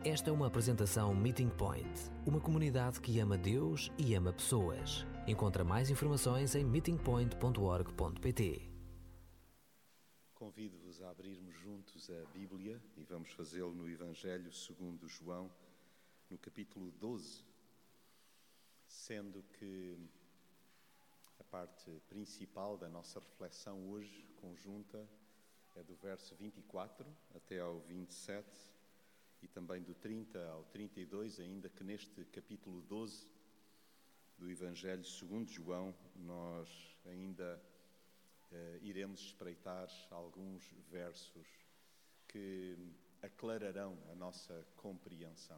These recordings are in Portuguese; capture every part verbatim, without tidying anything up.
Esta é uma apresentação Meeting Point, uma comunidade que ama Deus e ama pessoas. Encontra mais informações em meeting point ponto org ponto pt. Convido-vos a abrirmos juntos a Bíblia e vamos fazê-lo no Evangelho segundo João, no capítulo doze, sendo que a parte principal da nossa reflexão hoje, conjunta, é do verso vinte e quatro até ao vinte e sete e também do trinta ao trinta e dois, ainda que neste capítulo doze do Evangelho segundo João nós ainda eh, iremos espreitar alguns versos que aclararão a nossa compreensão.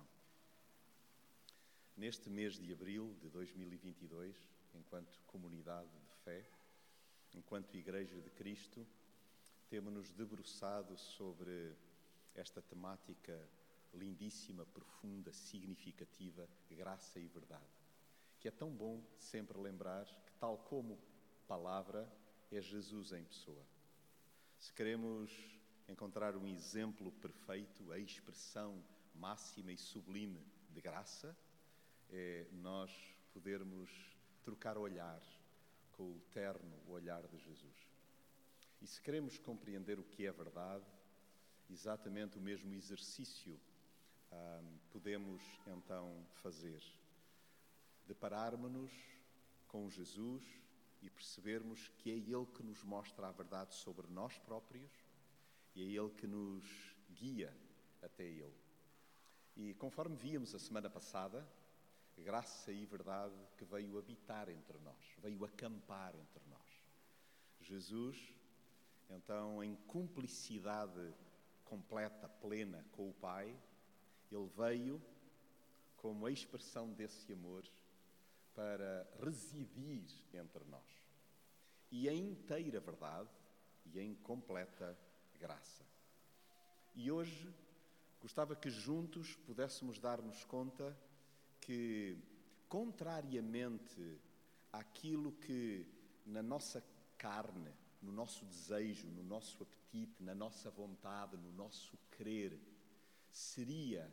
Neste mês de abril de dois mil e vinte e dois, enquanto comunidade de fé, enquanto Igreja de Cristo, temos-nos debruçado sobre esta temática lindíssima, profunda, significativa, graça e verdade. Que é tão bom sempre lembrar que, tal como palavra, é Jesus em pessoa. Se queremos encontrar um exemplo perfeito, a expressão máxima e sublime de graça, é nós podermos trocar olhar com o terno olhar de Jesus. E se queremos compreender o que é verdade, exatamente o mesmo exercício hum, podemos então fazer. Depararmos-nos com Jesus e percebermos que é Ele que nos mostra a verdade sobre nós próprios e é Ele que nos guia até Ele. E conforme víamos a semana passada, graça e verdade que veio habitar entre nós, veio acampar entre nós. Jesus, então, em cumplicidade completa, plena com o Pai, Ele veio como a expressão desse amor para residir entre nós. E em inteira verdade e em completa graça. E hoje gostava que juntos pudéssemos dar-nos conta que, contrariamente àquilo que na nossa carne, no nosso desejo, no nosso apetite, na nossa vontade, no nosso querer, seria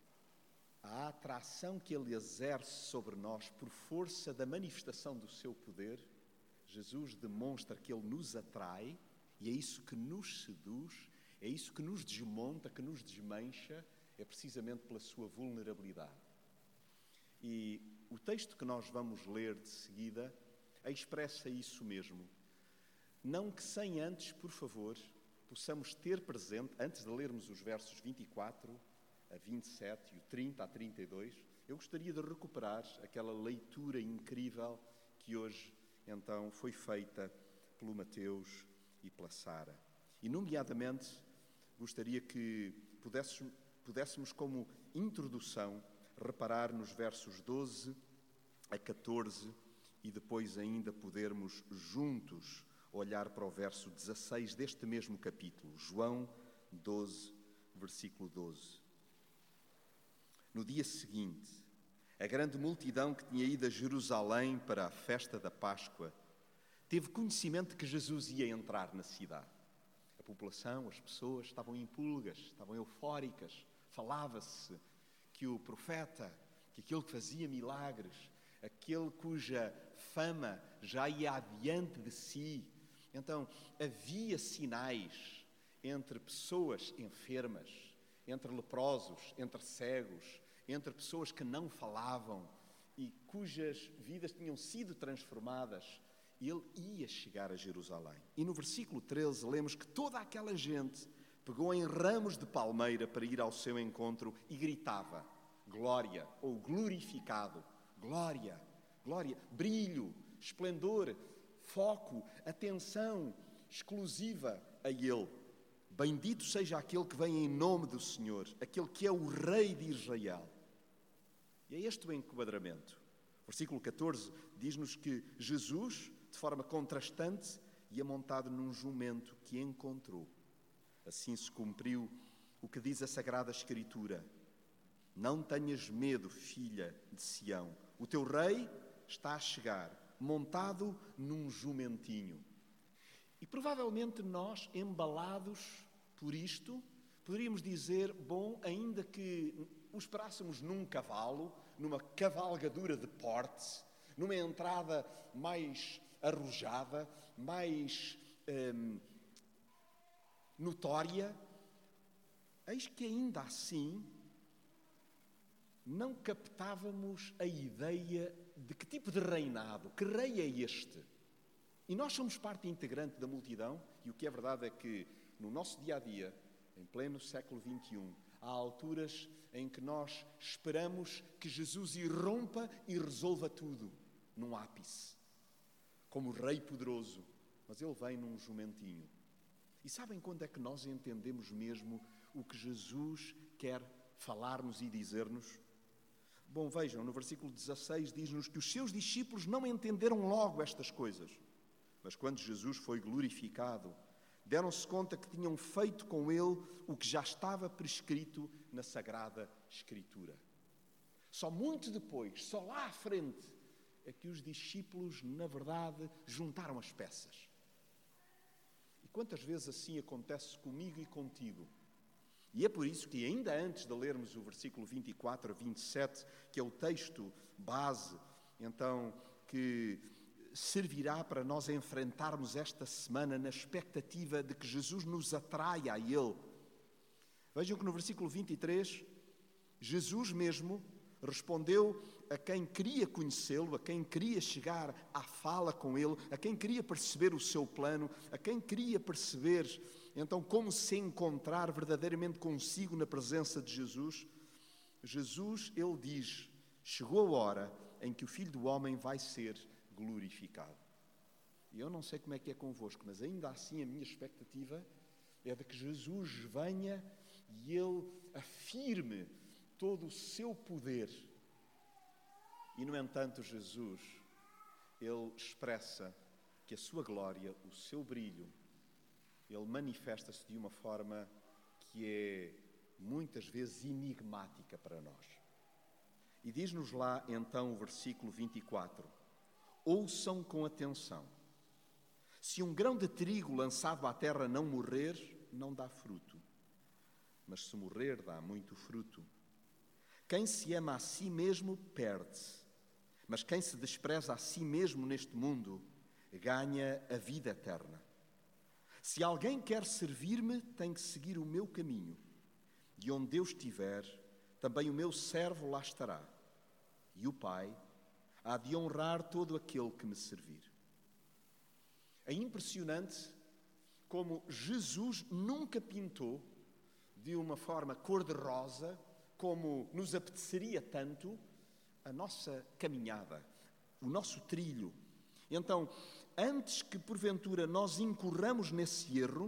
a atração que Ele exerce sobre nós por força da manifestação do seu poder, Jesus demonstra que Ele nos atrai e é isso que nos seduz, é isso que nos desmonta, que nos desmancha, é precisamente pela sua vulnerabilidade. E o texto que nós vamos ler de seguida expressa isso mesmo. Não que sem antes, por favor, possamos ter presente, antes de lermos os versos vinte e quatro a vinte e sete e o trinta a trinta e dois, eu gostaria de recuperar aquela leitura incrível que hoje, então, foi feita pelo Mateus e pela Sara. E, nomeadamente, gostaria que pudéssemos, pudéssemos como introdução, reparar nos versos doze a catorze e depois ainda podermos juntos olhar para o verso dezasseis deste mesmo capítulo, João doze, versículo doze. No dia seguinte, a grande multidão que tinha ido a Jerusalém para a festa da Páscoa teve conhecimento de que Jesus ia entrar na cidade. A população, as pessoas estavam em pulgas, estavam eufóricas, falava-se que o profeta, que aquele que fazia milagres, aquele cuja fama já ia adiante de si. Então, havia sinais entre pessoas enfermas, entre leprosos, entre cegos, entre pessoas que não falavam e cujas vidas tinham sido transformadas. Ele ia chegar a Jerusalém. E no versículo treze lemos que toda aquela gente pegou em ramos de palmeira para ir ao seu encontro e gritava: glória, ou glorificado, glória, glória, brilho, esplendor, foco, atenção exclusiva a Ele. Bendito seja aquele que vem em nome do Senhor, aquele que é o Rei de Israel. E é este o enquadramento. Versículo catorze diz-nos que Jesus, de forma contrastante, ia montado num jumento que encontrou. Assim se cumpriu o que diz a Sagrada Escritura: não tenhas medo, filha de Sião, o teu rei está a chegar, montado num jumentinho. E provavelmente nós, embalados por isto, Poderíamos dizer, bom, ainda que o esperássemos num cavalo, numa cavalgadura de porte, numa entrada mais arrojada, mais hum, notória, eis que ainda assim não captávamos a ideia de que tipo de reinado, que rei é este. E nós somos parte integrante da multidão, e o que é verdade é que no nosso dia-a-dia, em pleno século vinte e um, há alturas em que nós esperamos que Jesus irrompa e resolva tudo num ápice, como rei poderoso, mas ele vem num jumentinho. E sabem quando é que nós entendemos mesmo o que Jesus quer falar-nos e dizer-nos? Bom, vejam, no versículo dezasseis diz-nos que os seus discípulos não entenderam logo estas coisas, mas quando Jesus foi glorificado, deram-se conta que tinham feito com ele o que já estava prescrito na Sagrada Escritura. Só muito depois, só lá à frente, é que os discípulos, na verdade, juntaram as peças. E quantas vezes assim acontece comigo e contigo? E é por isso que, ainda antes de lermos o versículo vinte e quatro a vinte e sete, que é o texto base, então, que servirá para nós enfrentarmos esta semana na expectativa de que Jesus nos atraia a Ele. Vejam que no versículo vinte e três, Jesus mesmo respondeu a quem queria conhecê-lo, a quem queria chegar à fala com Ele, a quem queria perceber o seu plano, a quem queria perceber, então, como se encontrar verdadeiramente consigo na presença de Jesus. Jesus, Ele diz, chegou a hora em que o Filho do Homem vai ser glorificado. E eu não sei como é que é convosco, mas ainda assim a minha expectativa é de que Jesus venha e Ele afirme todo o seu poder. E, no entanto, Jesus, Ele expressa que a sua glória, o seu brilho, Ele manifesta-se de uma forma que é muitas vezes enigmática para nós. E diz-nos lá então o versículo vinte e quatro: ouçam com atenção. Se um grão de trigo lançado à terra não morrer, não dá fruto. Mas se morrer, dá muito fruto. Quem se ama a si mesmo, perde-se. Mas quem se despreza a si mesmo neste mundo, ganha a vida eterna. Se alguém quer servir-me, tem que seguir o meu caminho. E onde eu estiver, também o meu servo lá estará. E o Pai há de honrar todo aquele que me servir. É impressionante como Jesus nunca pintou de uma forma cor-de-rosa, como nos apeteceria tanto, a nossa caminhada, o nosso trilho. Então, antes que porventura nós incorramos nesse erro,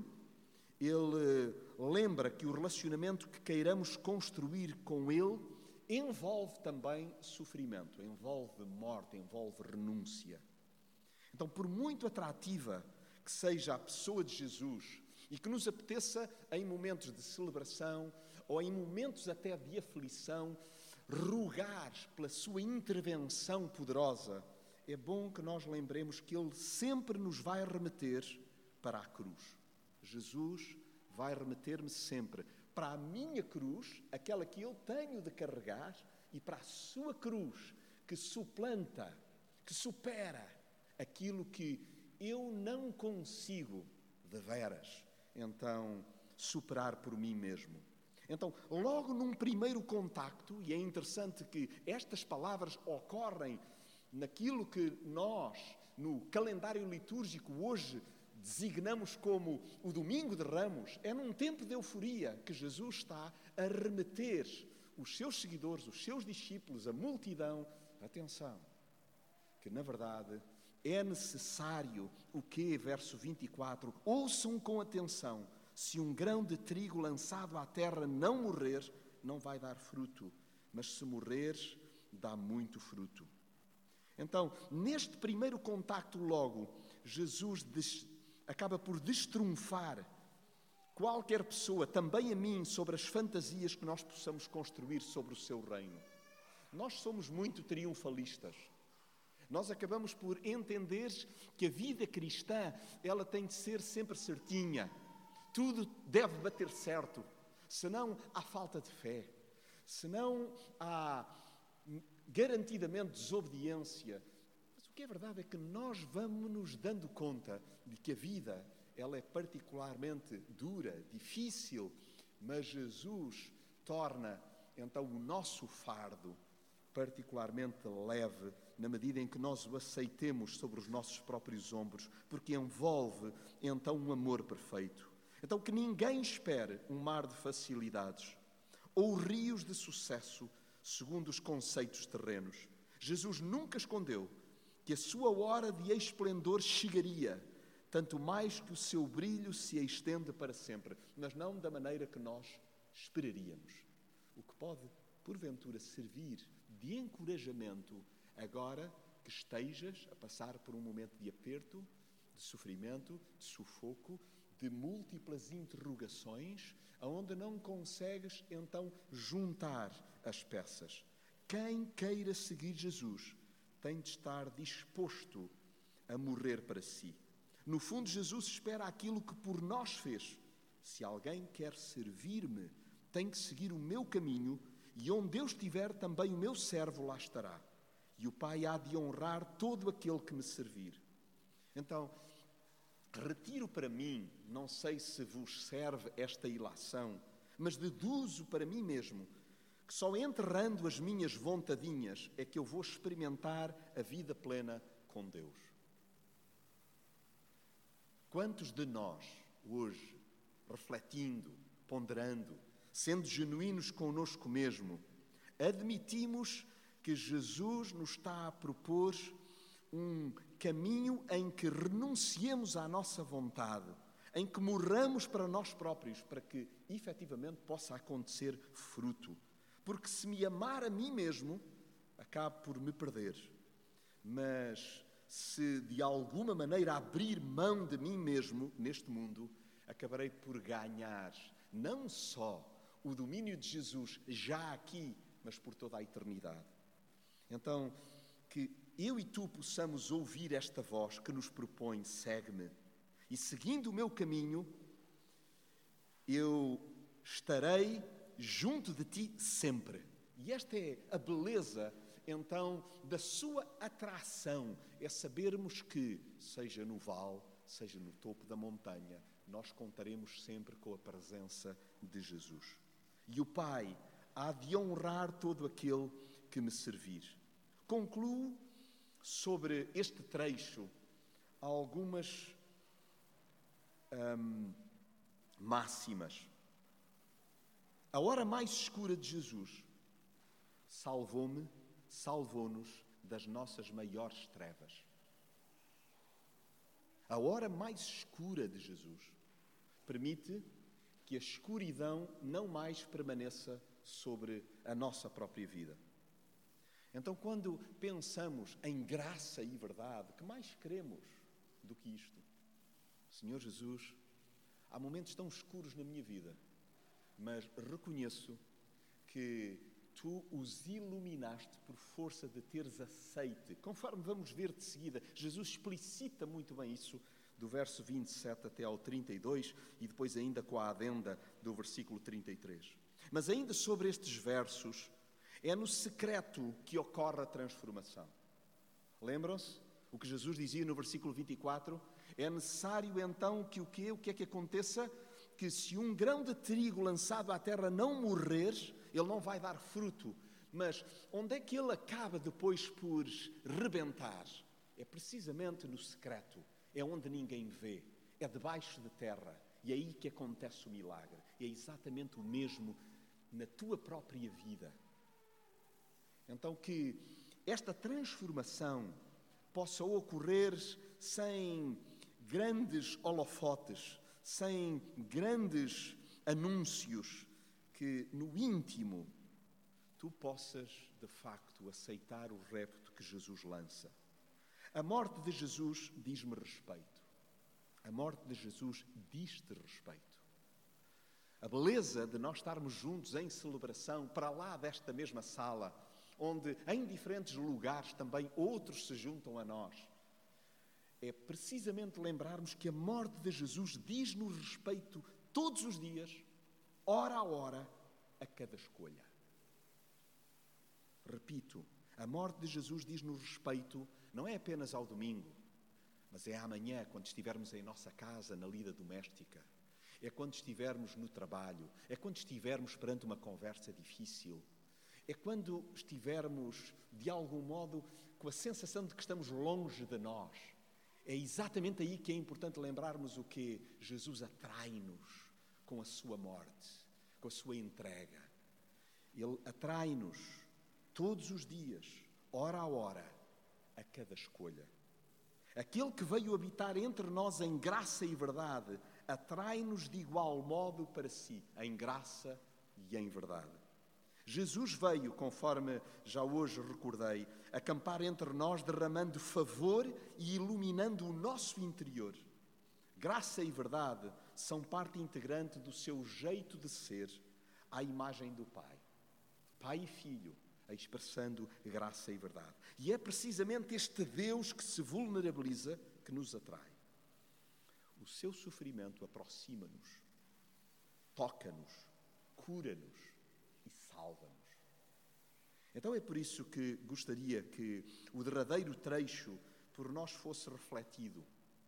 Ele lembra que o relacionamento que queiramos construir com Ele envolve também sofrimento, envolve morte, envolve renúncia. Então, por muito atrativa que seja a pessoa de Jesus e que nos apeteça em momentos de celebração ou em momentos até de aflição, rogar pela sua intervenção poderosa, é bom que nós lembremos que Ele sempre nos vai remeter para a cruz. Jesus vai remeter-me sempre para a minha cruz, aquela que eu tenho de carregar, e para a sua cruz, que suplanta, que supera aquilo que eu não consigo de veras, então, superar por mim mesmo. Então, logo num primeiro contacto, e é interessante que estas palavras ocorrem naquilo que nós, no calendário litúrgico, hoje designamos como o Domingo de Ramos, é num tempo de euforia que Jesus está a remeter os seus seguidores, os seus discípulos, a multidão. Atenção, que na verdade é necessário o quê? Verso vinte e quatro, ouçam com atenção. Se um grão de trigo lançado à terra não morrer, não vai dar fruto, mas se morrer, dá muito fruto. Então, neste primeiro contacto logo, Jesus des... acaba por destrunfar qualquer pessoa, também a mim, sobre as fantasias que nós possamos construir sobre o seu reino. Nós somos muito triunfalistas. Nós acabamos por entender que a vida cristã, ela tem de ser sempre certinha. Tudo deve bater certo. senão há falta de fé, senão há garantidamente desobediência. Mas o que é verdade é que nós vamos nos dando conta de que a vida, ela é particularmente dura, difícil, mas Jesus torna então o nosso fardo particularmente leve, na medida em que nós o aceitemos sobre os nossos próprios ombros, porque envolve então um amor perfeito. Então que ninguém espere um mar de facilidades ou rios de sucesso segundo os conceitos terrenos. Jesus nunca escondeu que a sua hora de esplendor chegaria, tanto mais que o seu brilho se estende para sempre, mas não da maneira que nós esperaríamos. O que pode, porventura, servir de encorajamento agora que estejas a passar por um momento de aperto, de sofrimento, de sufoco, de múltiplas interrogações, aonde não consegues então juntar as peças. Quem queira seguir Jesus tem de estar disposto a morrer para si. No fundo, Jesus espera aquilo que por nós fez. Se alguém quer servir-me, tem que seguir o meu caminho, e onde eu estiver, também o meu servo lá estará. E o Pai há de honrar todo aquele que me servir. Então, retiro para mim, não sei se vos serve esta ilação, mas deduzo para mim mesmo que só enterrando as minhas vontadinhas é que eu vou experimentar a vida plena com Deus. Quantos de nós, hoje, refletindo, ponderando, sendo genuínos connosco mesmo, admitimos que Jesus nos está a propor um caminho em que renunciemos à nossa vontade, em que morramos para nós próprios, para que efetivamente possa acontecer fruto. Porque se me amar a mim mesmo, acabo por me perder. Mas se de alguma maneira abrir mão de mim mesmo neste mundo, acabarei por ganhar não só o domínio de Jesus já aqui, mas por toda a eternidade. Então, que eu e tu possamos ouvir esta voz que nos propõe, segue-me. E seguindo o meu caminho, eu estarei junto de ti sempre. E esta é a beleza, então, da sua atração. É sabermos que, seja no vale, seja no topo da montanha, nós contaremos sempre com a presença de Jesus. E o Pai há de honrar todo aquele que me servir. Concluo sobre este trecho algumas hum, máximas. A hora mais escura de Jesus salvou-me, salvou-nos das nossas maiores trevas. A hora mais escura de Jesus permite que a escuridão não mais permaneça sobre a nossa própria vida. Então, quando pensamos em graça e verdade, que mais queremos do que isto? Senhor Jesus, há momentos tão escuros na minha vida, mas reconheço que tu os iluminaste por força de teres aceite. Conforme vamos ver de seguida, Jesus explicita muito bem isso, do verso vinte e sete até ao trinta e dois, e depois ainda com a adenda do versículo trinta e três. Mas ainda sobre estes versos, é no secreto que ocorre a transformação. Lembram-se? O que Jesus dizia no versículo vinte e quatro? É necessário então que o quê? O que é que aconteça? Que se um grão de trigo lançado à terra não morrer, ele não vai dar fruto. Mas onde é que ele acaba depois por rebentar? É precisamente no secreto. É onde ninguém vê. É debaixo de terra. E é aí que acontece o milagre. É exatamente o mesmo na tua própria vida. Então que esta transformação possa ocorrer sem grandes holofotes, sem grandes anúncios, que no íntimo tu possas, de facto, aceitar o repto que Jesus lança. A morte de Jesus diz-me respeito. A morte de Jesus diz-te respeito. A beleza de nós estarmos juntos em celebração, para lá desta mesma sala, onde em diferentes lugares também outros se juntam a nós, é precisamente lembrarmos que a morte de Jesus diz-nos respeito todos os dias hora a hora, a cada escolha. Repito, a morte de Jesus diz-nos respeito não é apenas ao domingo, mas é amanhã, quando estivermos em nossa casa, na lida doméstica. É quando estivermos no trabalho, é quando estivermos perante uma conversa difícil. É quando estivermos, de algum modo, com a sensação de que estamos longe de nós. É exatamente aí que é importante lembrarmos o que Jesus atrai-nos com a sua morte, com a sua entrega. Ele atrai-nos todos os dias, hora a hora, a cada escolha. Aquele que veio habitar entre nós em graça e verdade, atrai-nos de igual modo para si, em graça e em verdade. Jesus veio, conforme já hoje recordei, acampar entre nós, derramando favor e iluminando o nosso interior. Graça e verdade são parte integrante do seu jeito de ser, à imagem do Pai. Pai e Filho, expressando graça e verdade. E é precisamente este Deus que se vulnerabiliza que nos atrai. O seu sofrimento aproxima-nos, toca-nos, cura-nos e salva-nos. Então é por isso que gostaria que o derradeiro trecho por nós fosse refletido.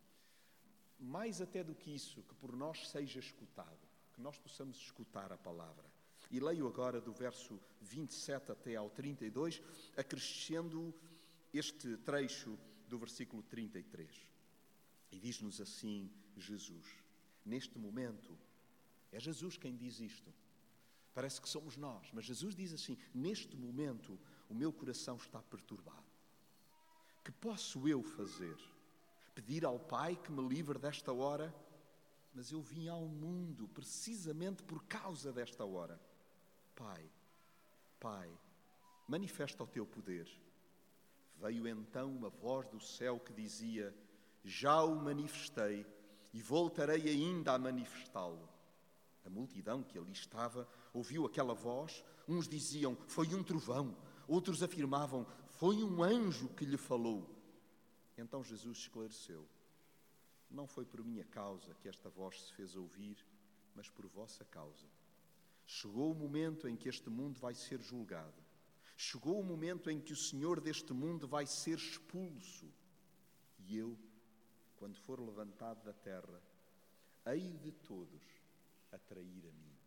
Mais até do que isso, que por nós seja escutado, que nós possamos escutar a palavra. E leio agora do verso vinte e sete até ao trinta e dois, acrescendo este trecho do versículo trinta e três. E diz-nos assim Jesus, neste momento, é Jesus quem diz isto. Parece que somos nós, mas Jesus diz assim, neste momento o meu coração está perturbado. Que posso eu fazer? Pedir ao Pai que me livre desta hora? Mas eu vim ao mundo precisamente por causa desta hora. Pai, Pai, manifesta o teu poder. Veio então uma voz do céu que dizia, já o manifestei e voltarei ainda a manifestá-lo. A multidão que ali estava ouviu aquela voz. Uns diziam, foi um trovão. Outros afirmavam, foi um anjo que lhe falou. Então Jesus esclareceu, não foi por minha causa que esta voz se fez ouvir, mas por vossa causa. Chegou o momento em que este mundo vai ser julgado. Chegou o momento em que o Senhor deste mundo vai ser expulso. E eu, quando for levantado da terra, hei de todos atrair a mim.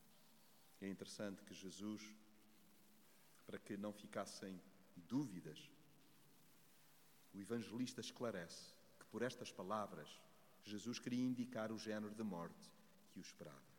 É interessante que Jesus, para que não ficassem dúvidas, o evangelista esclarece que por estas palavras Jesus queria indicar o género de morte que o esperava.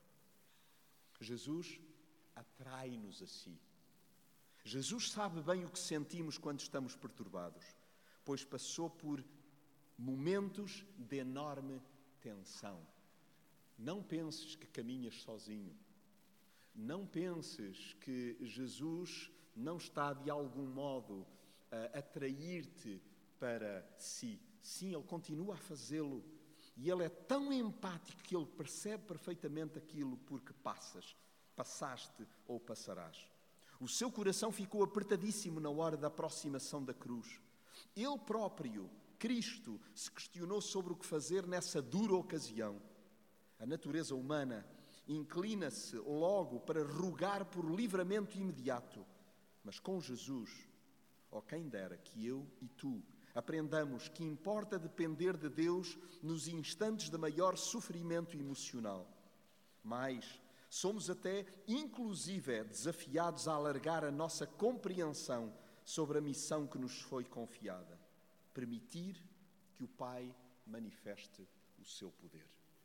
Jesus atrai-nos a si. Jesus sabe bem o que sentimos quando estamos perturbados, pois passou por momentos de enorme tensão. Não penses que caminhas sozinho. Não penses que Jesus não está de algum modo a atrair-te para si. Sim, Ele continua a fazê-lo. E Ele é tão empático que Ele percebe perfeitamente aquilo por que passas, passaste ou passarás. O seu coração ficou apertadíssimo na hora da aproximação da cruz. Ele próprio, Cristo, se questionou sobre o que fazer nessa dura ocasião. A natureza humana inclina-se logo para rogar por livramento imediato. Mas com Jesus, ó quem dera que eu e tu aprendamos que importa depender de Deus nos instantes de maior sofrimento emocional. Mas somos até, inclusive, desafiados a alargar a nossa compreensão sobre a missão que nos foi confiada. Permitir que o Pai manifeste o seu poder.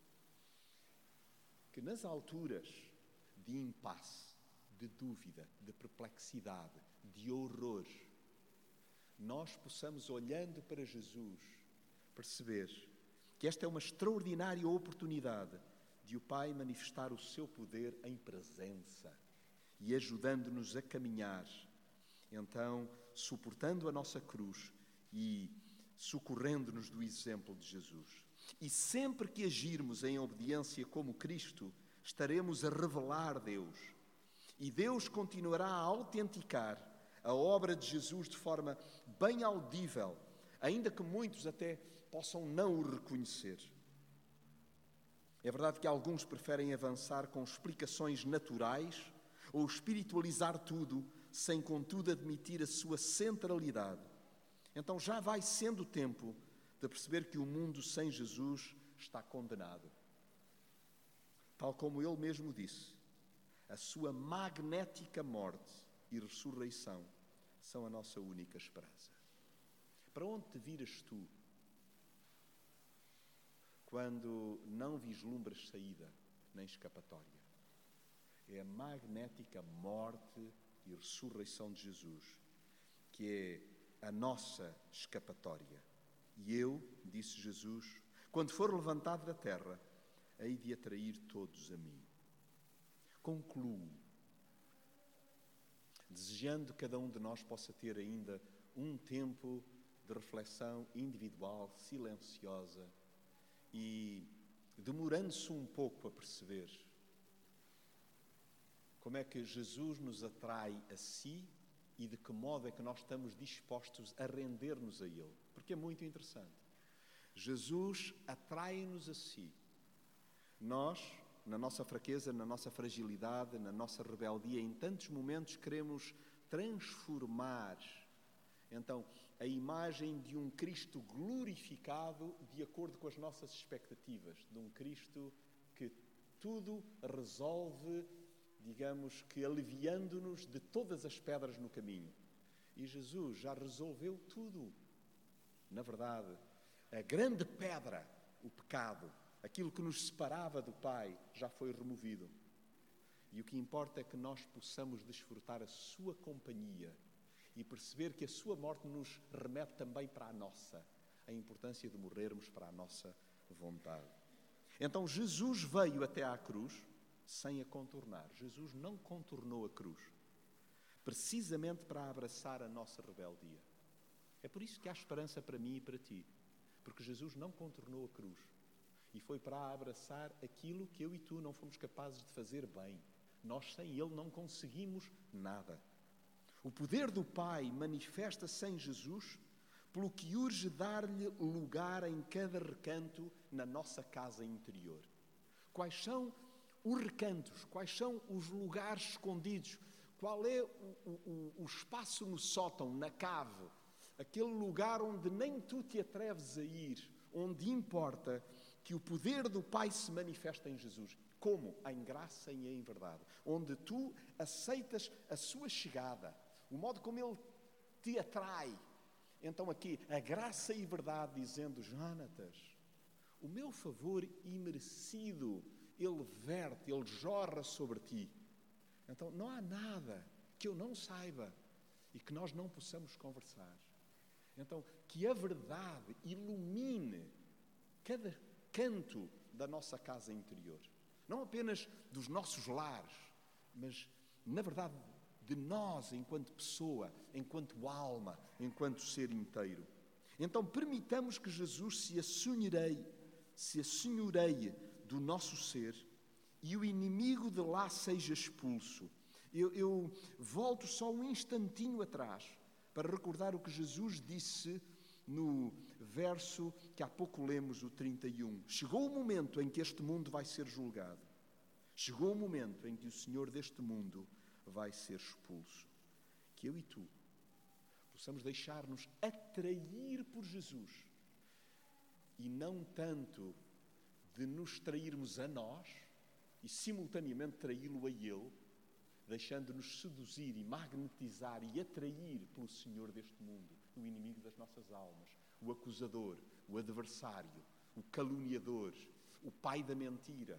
Que nas alturas de impasse, de dúvida, de perplexidade, de horror, nós possamos, olhando para Jesus, perceber que esta é uma extraordinária oportunidade de o Pai manifestar o seu poder em presença e ajudando-nos a caminhar, então suportando a nossa cruz e socorrendo-nos do exemplo de Jesus. E sempre que agirmos em obediência como Cristo, estaremos a revelar Deus. E Deus continuará a autenticar a obra de Jesus de forma bem audível, ainda que muitos até possam não o reconhecer. É verdade que alguns preferem avançar com explicações naturais ou espiritualizar tudo, sem contudo admitir a sua centralidade. Então já vai sendo tempo de perceber que o mundo sem Jesus está condenado. Tal como ele mesmo disse, a sua magnética morte e ressurreição são a nossa única esperança. Para onde te viras tu quando não vislumbras saída nem escapatória? É a magnética morte e ressurreição de Jesus que é a nossa escapatória. E eu, disse Jesus, quando for levantado da terra, hei de atrair todos a mim. Concluo, desejando que cada um de nós possa ter ainda um tempo de reflexão individual, silenciosa, e demorando-se um pouco a perceber como é que Jesus nos atrai a si e de que modo é que nós estamos dispostos a render-nos a Ele. Porque é muito interessante. Jesus atrai-nos a si. Nós, na nossa fraqueza, na nossa fragilidade, na nossa rebeldia, em tantos momentos queremos transformar, então, a imagem de um Cristo glorificado de acordo com as nossas expectativas, de um Cristo que tudo resolve, digamos que aliviando-nos de todas as pedras no caminho. E Jesus já resolveu tudo. Na verdade, a grande pedra, o pecado, aquilo que nos separava do Pai, já foi removido. E o que importa é que nós possamos desfrutar a sua companhia e perceber que a sua morte nos remete também para a nossa, a importância de morrermos para a nossa vontade. Então Jesus veio até à cruz sem a contornar. Jesus não contornou a cruz, precisamente para abraçar a nossa rebeldia. É por isso que há esperança para mim e para ti, porque Jesus não contornou a cruz e foi para abraçar aquilo que eu e tu não fomos capazes de fazer bem. Nós sem Ele não conseguimos nada. O poder do Pai manifesta-se em Jesus, pelo que urge dar-lhe lugar em cada recanto na nossa casa interior. Quais são os recantos? Quais são os lugares escondidos? Qual é o, o, o espaço no sótão, na cave? Aquele lugar onde nem tu te atreves a ir, onde importa que o poder do Pai se manifesta em Jesus. Como? Em graça e em verdade. Onde tu aceitas a sua chegada, o modo como Ele te atrai. Então aqui, a graça e verdade, dizendo, Jonatas, o meu favor imerecido, Ele verte, Ele jorra sobre ti. Então não há nada que eu não saiba e que nós não possamos conversar. Então, que a verdade ilumine cada canto da nossa casa interior. Não apenas dos nossos lares, mas, na verdade, de nós enquanto pessoa, enquanto alma, enquanto ser inteiro. Então, permitamos que Jesus se assenhoreie, se assenhoreie do nosso ser e o inimigo de lá seja expulso. Eu, eu volto só um instantinho atrás para recordar o que Jesus disse no verso que há pouco lemos, o trinta e um. Chegou o momento em que este mundo vai ser julgado. Chegou o momento em que o Senhor deste mundo vai ser expulso. Que eu e tu possamos deixar-nos atrair por Jesus e não tanto de nos trairmos a nós e simultaneamente traí-lo a Ele, deixando-nos seduzir e magnetizar e atrair pelo Senhor deste mundo, o inimigo das nossas almas, o acusador, o adversário, o caluniador, o pai da mentira.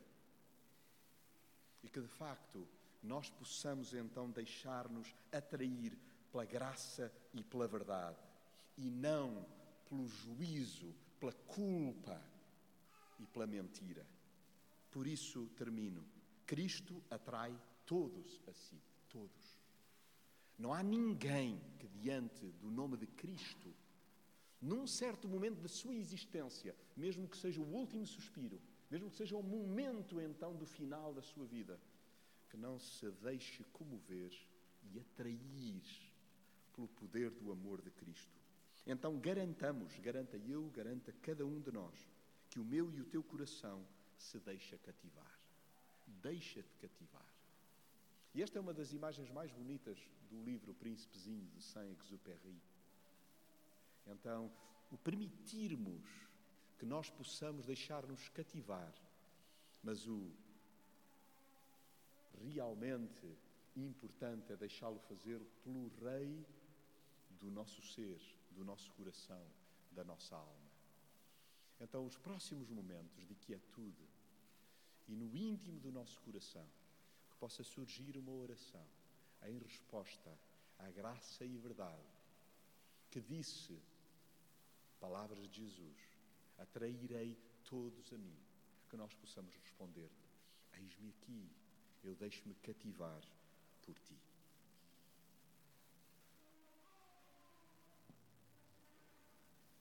E que, de facto, nós possamos então deixar-nos atrair pela graça e pela verdade, e não pelo juízo, pela culpa e pela mentira. Por isso, termino. Cristo atrai todos a si, todos. Não há ninguém que diante do nome de Cristo, num certo momento da sua existência, mesmo que seja o último suspiro, mesmo que seja o momento então do final da sua vida, que não se deixe comover e atrair pelo poder do amor de Cristo. Então garantamos, garanta eu, garanta cada um de nós, que o meu e o teu coração se deixa cativar. Deixa-te cativar. E esta é uma das imagens mais bonitas do livro O Príncipezinho de Saint-Exupéry. Então, o permitirmos que nós possamos deixar-nos cativar, mas o realmente importante é deixá-lo fazer pelo Rei do nosso ser, do nosso coração, da nossa alma. Então, os próximos momentos de quietude e no íntimo do nosso coração, que possa surgir uma oração em resposta à graça e verdade que disse, palavras de Jesus, atrairei todos a mim, que nós possamos responder-lhe, eis-me aqui, eu deixo-me cativar por ti.